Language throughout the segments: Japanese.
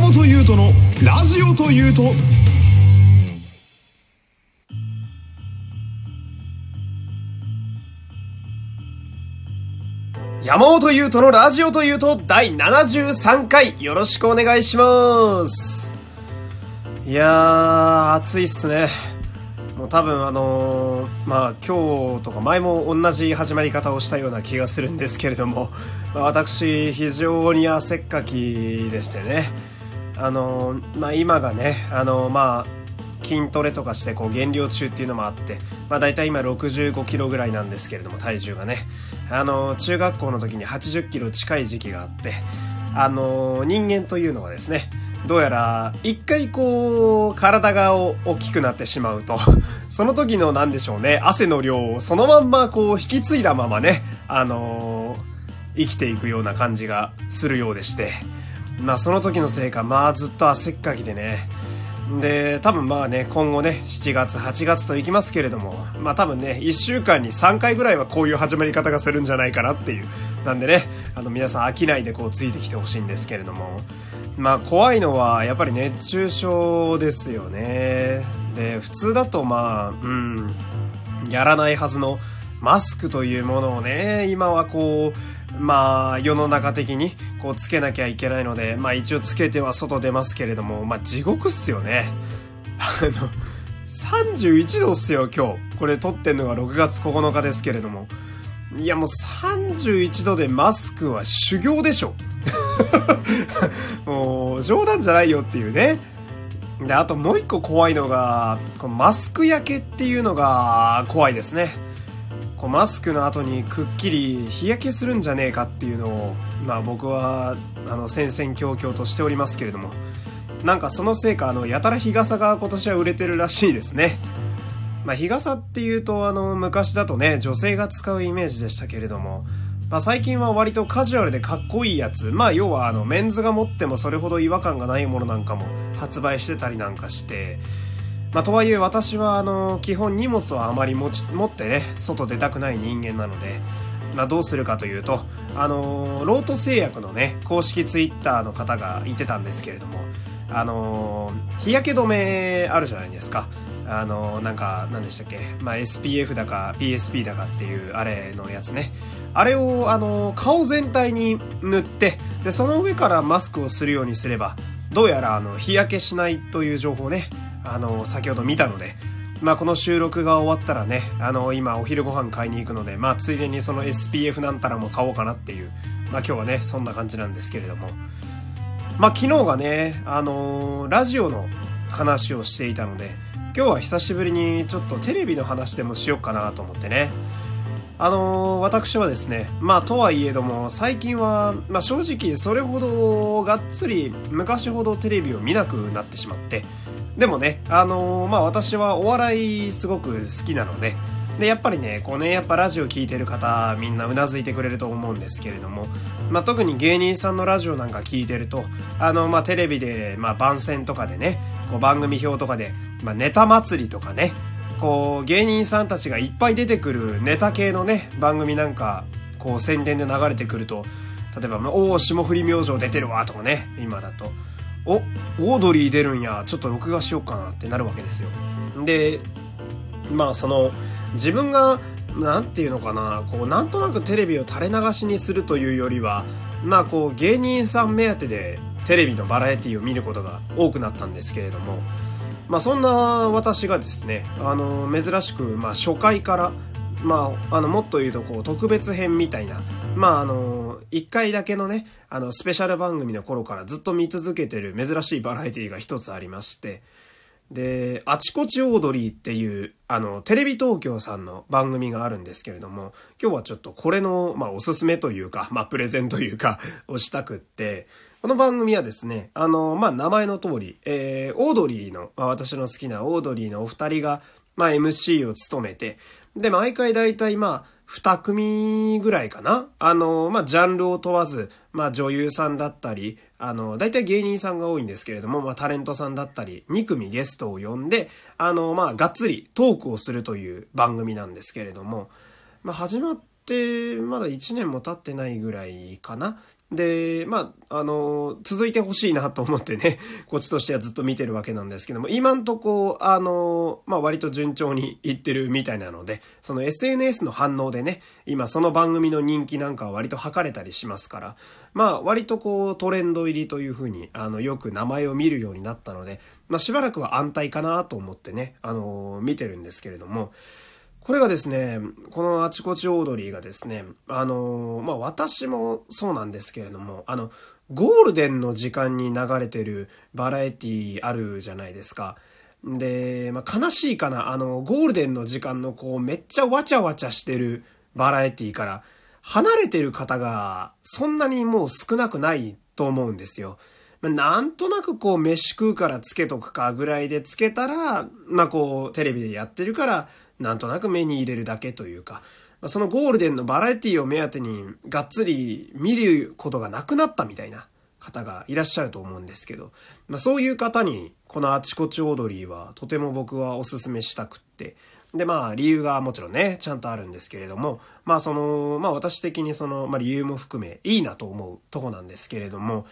本優斗のラジオというと。山本優斗のラジオというと第73回よろしくお願いします。いやー暑いっすね。もう多分今日とか前も同じ始まり方をしたような気がするんですけれども、私非常に汗っかきでしてね、今がね筋トレとかして減量中っていうのもあって、だいたい今65キロぐらいなんですけれども、体重がね中学校の時に80キロ近い時期があって、人間というのはですね、どうやら一回体が大きくなってしまうとその時のなんでしょうね、汗の量をそのまんま引き継いだままね生きていくような感じがするようでして、その時のせいかずっと汗っかきでね、で多分今後ね7月8月といきますけれども、多分ね1週間に3回ぐらいはこういう始まり方がするんじゃないかなっていう、なんでね皆さん飽きないでついてきてほしいんですけれども、怖いのはやっぱり熱中症ですよね。で普通だとやらないはずのマスクというものをね、今は世の中的につけなきゃいけないので、一応つけては外出ますけれども、地獄っすよね。31度っすよ今日。これ撮ってんのが6月9日ですけれども、いやもう31度でマスクは修行でしょ。もう冗談じゃないよっていうね。であともう一個怖いのがこのマスク焼けっていうのが怖いですね。マスクの後にくっきり日焼けするんじゃねえかっていうのを僕は戦々恐々としておりますけれども、そのせいかやたら日傘が今年は売れてるらしいですね。日傘っていうと昔だとね女性が使うイメージでしたけれども、最近は割とカジュアルでかっこいいやつ、要はメンズが持ってもそれほど違和感がないものなんかも発売してたりなんかして、とはいえ私は基本荷物をあまり持ってね外出たくない人間なので、どうするかというとロート製薬のね公式ツイッターの方が言ってたんですけれども、日焼け止めあるじゃないですか。何でしたっけ、SPF だか PSP だかっていうあれのやつね、あれを顔全体に塗って、でその上からマスクをするようにすればどうやら日焼けしないという情報をね先ほど見たので、この収録が終わったらね今お昼ご飯買いに行くので、ついでにその SPF なんたらも買おうかなっていう、今日はねそんな感じなんですけれども、昨日がねラジオの話をしていたので、今日は久しぶりにちょっとテレビの話でもしようかなと思ってね。私はですねとはいえども最近は正直それほどがっつり昔ほどテレビを見なくなってしまって、でもね私はお笑いすごく好きなので、やっぱりねやっぱラジオ聞いてる方みんなうなずいてくれると思うんですけれども、特に芸人さんのラジオなんか聞いてるとテレビで番宣とかでね番組表とかでネタ祭りとかね芸人さんたちがいっぱい出てくるネタ系のね番組なんか宣伝で流れてくると、例えば霜降り明星出てるわとかね、今だとオードリー出るんや、ちょっと録画しようかなってなるわけですよ。でその自分がなんていうのかななんとなくテレビを垂れ流しにするというよりは芸人さん目当てでテレビのバラエティを見ることが多くなったんですけれども、そんな私がですね珍しく初回からもっと言うと特別編みたいな1回だけのねスペシャル番組の頃からずっと見続けてる珍しいバラエティが一つありまして、であちこちオードリーっていうテレビ東京さんの番組があるんですけれども、今日はちょっとこれのおすすめというかプレゼンというかをしたくって、この番組はですね名前の通り、オードリーの、私の好きなオードリーのお二人がMC を務めて、で毎回だいたい2組ぐらいかな。ジャンルを問わず、女優さんだったり、だいたい芸人さんが多いんですけれども、タレントさんだったり、2組ゲストを呼んで、がっつりトークをするという番組なんですけれども、始まってまだ1年も経ってないぐらいかな。 で、続いてほしいなと思ってね、こっちとしてはずっと見てるわけなんですけども、今んとこ、割と順調にいってるみたいなので、その SNS の反応でね、今その番組の人気なんかは割と測れたりしますから、割とトレンド入りというふうに、よく名前を見るようになったので、しばらくは安泰かなと思ってね、見てるんですけれども、これがですね、このあちこちオードリーがですね、私もそうなんですけれども、ゴールデンの時間に流れてるバラエティあるじゃないですか。で、悲しいかな、ゴールデンの時間のめっちゃわちゃわちゃしてるバラエティから離れてる方がそんなにもう少なくないと思うんですよ。なんとなく飯食うからつけとくかぐらいでつけたら、テレビでやってるから、なんとなく目に入れるだけというか、そのゴールデンのバラエティを目当てにがっつり見ることがなくなったみたいな方がいらっしゃると思うんですけど、そういう方にこのあちこちオードリーはとても僕はおすすめしたくって、で理由がもちろんねちゃんとあるんですけれども、私的に理由も含めいいなと思うとこなんですけれども、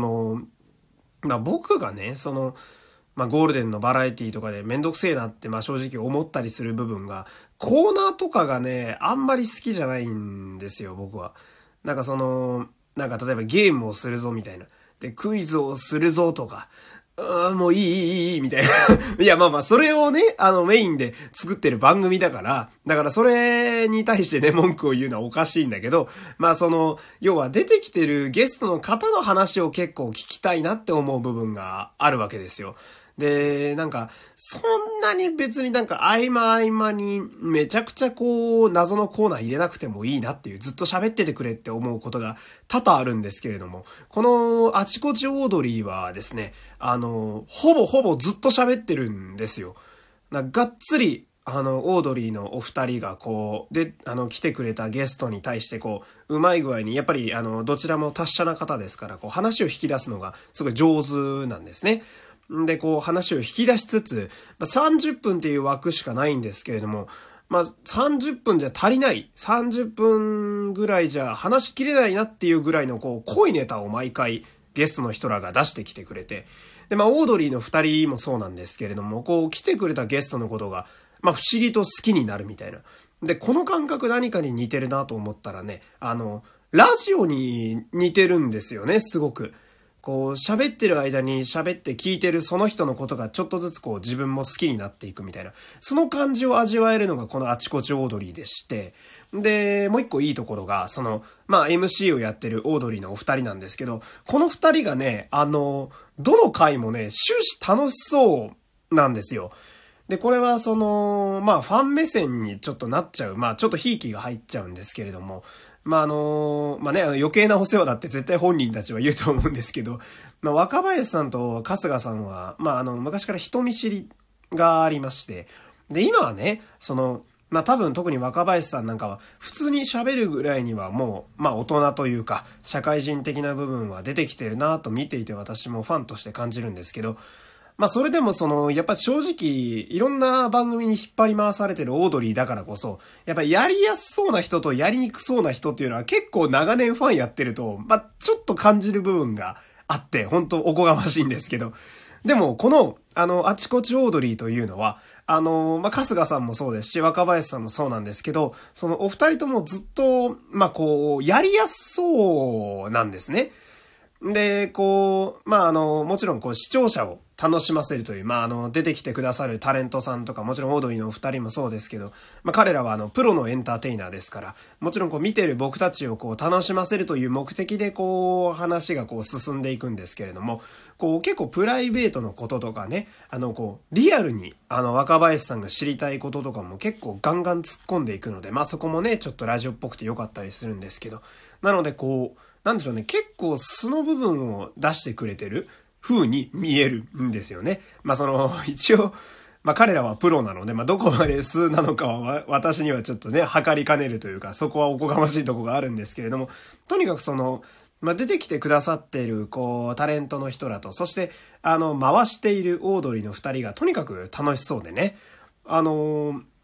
僕がねゴールデンのバラエティとかでめんどくせえなって正直思ったりする部分が、コーナーとかがねあんまり好きじゃないんですよ、僕は。例えばゲームをするぞみたいな、でクイズをするぞとか、もういいみたいないやそれをねメインで作ってる番組だからそれに対してね文句を言うのはおかしいんだけど、要は出てきてるゲストの方の話を結構聞きたいなって思う部分があるわけですよ。で、そんなに別に合間にめちゃくちゃ謎のコーナー入れなくてもいいなっていう、ずっと喋っててくれって思うことが多々あるんですけれども、このあちこちオードリーはですね、ほぼずっと喋ってるんですよ。がっつり、オードリーのお二人が来てくれたゲストに対してうまい具合に、やっぱりどちらも達者な方ですから、話を引き出すのがすごい上手なんですね。で、話を引き出しつつ、30分っていう枠しかないんですけれども、30分じゃ足りない。30分ぐらいじゃ話しきれないなっていうぐらいの濃いネタを毎回ゲストの人らが出してきてくれて、で、オードリーの二人もそうなんですけれども、来てくれたゲストのことが、不思議と好きになるみたいな。で、この感覚何かに似てるなと思ったらね、ラジオに似てるんですよね、すごく。喋ってる間に喋って聞いてるその人のことがちょっとずつ自分も好きになっていくみたいな、その感じを味わえるのがこのあちこちオードリーでして、で、もう一個いいところが、MC をやってるオードリーのお二人なんですけど、この二人がね、どの回もね、終始楽しそうなんですよ。で、これはファン目線にちょっとなっちゃう、ちょっとひいきが入っちゃうんですけれども、余計なお世話だって絶対本人たちは言うと思うんですけど、若林さんと春日さんは、昔から人見知りがありまして、で、今はね、多分特に若林さんなんかは普通に喋るぐらいにはもう、大人というか、社会人的な部分は出てきてるなと見ていて私もファンとして感じるんですけど、それでもやっぱ正直、いろんな番組に引っ張り回されてるオードリーだからこそ、やっぱりやりやすそうな人とやりにくそうな人っていうのは結構長年ファンやってると、ちょっと感じる部分があって、本当おこがましいんですけど。でも、この、あちこちオードリーというのは、春日さんもそうですし、若林さんもそうなんですけど、お二人ともずっと、やりやすそうなんですね。で、もちろん視聴者を楽しませるという、出てきてくださるタレントさんとか、もちろんオードリーのお二人もそうですけど、彼らはプロのエンターテイナーですから、もちろん見てる僕たちを楽しませるという目的で話が進んでいくんですけれども、結構プライベートのこととかね、リアルに若林さんが知りたいこととかも結構ガンガン突っ込んでいくので、そこもね、ちょっとラジオっぽくて良かったりするんですけど、なのでなんでしょうね、結構素の部分を出してくれてる風に見えるんですよね。一応、彼らはプロなので、どこまで素なのかは私にはちょっとね、測りかねるというか、そこはおこがましいとこがあるんですけれども、とにかく出てきてくださっている、タレントの人らと、そして、回しているオードリーの二人がとにかく楽しそうでね、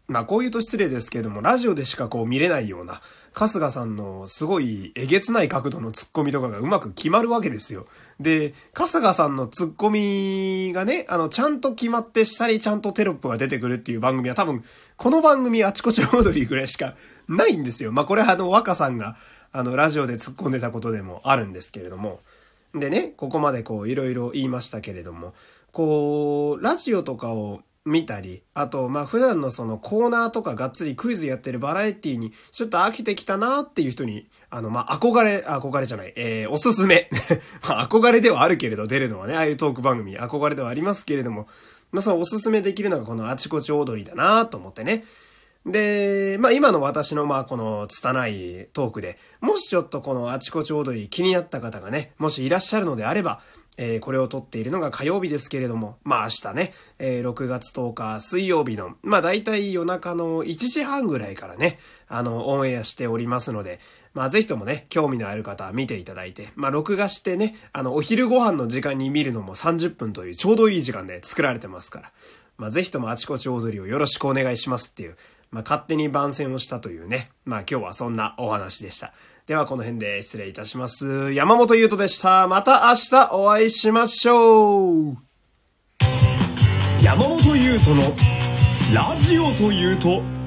まあこういうと失礼ですけれども、ラジオでしかこう見れないような、春日さんのすごいえげつない角度のツッコミとかがうまく決まるわけですよ。で、春日さんのツッコミがね、ちゃんと決まって下にちゃんとテロップが出てくるっていう番組は多分、この番組あちこちオードリーぐらいしかないんですよ。まあこれは若さんが、ラジオで突っ込んでたことでもあるんですけれども。でね、ここまでこういろいろ言いましたけれども、こう、ラジオとかを見たり、あと、まあ、普段のそのコーナーとかがっつりクイズやってるバラエティにちょっと飽きてきたなっていう人に、まあ、憧れじゃない、おすすめ。まあ、憧れではあるけれど、出るのはね、ああいうトーク番組、憧れではありますけれども、まあ、そのおすすめできるのがこのあちこちオードリーだなと思ってね。で、まあ今の私のまあこの拙いトークで、もしちょっとこのあちこちオードリー気になった方がね、もしいらっしゃるのであれば、これを撮っているのが火曜日ですけれども、まあ明日ね、6月10日水曜日の、まあ大体夜中の1時半ぐらいからね、オンエアしておりますので、まあぜひともね、興味のある方は見ていただいて、まあ録画してね、お昼ご飯の時間に見るのも30分というちょうどいい時間で作られてますから、まあぜひともあちこちオードリーをよろしくお願いしますっていう、まあ、勝手に番宣をしたというね。まあ、今日はそんなお話でした。では、この辺で失礼いたします。山本優斗でした。また明日お会いしましょう。山本優斗のラジオというと、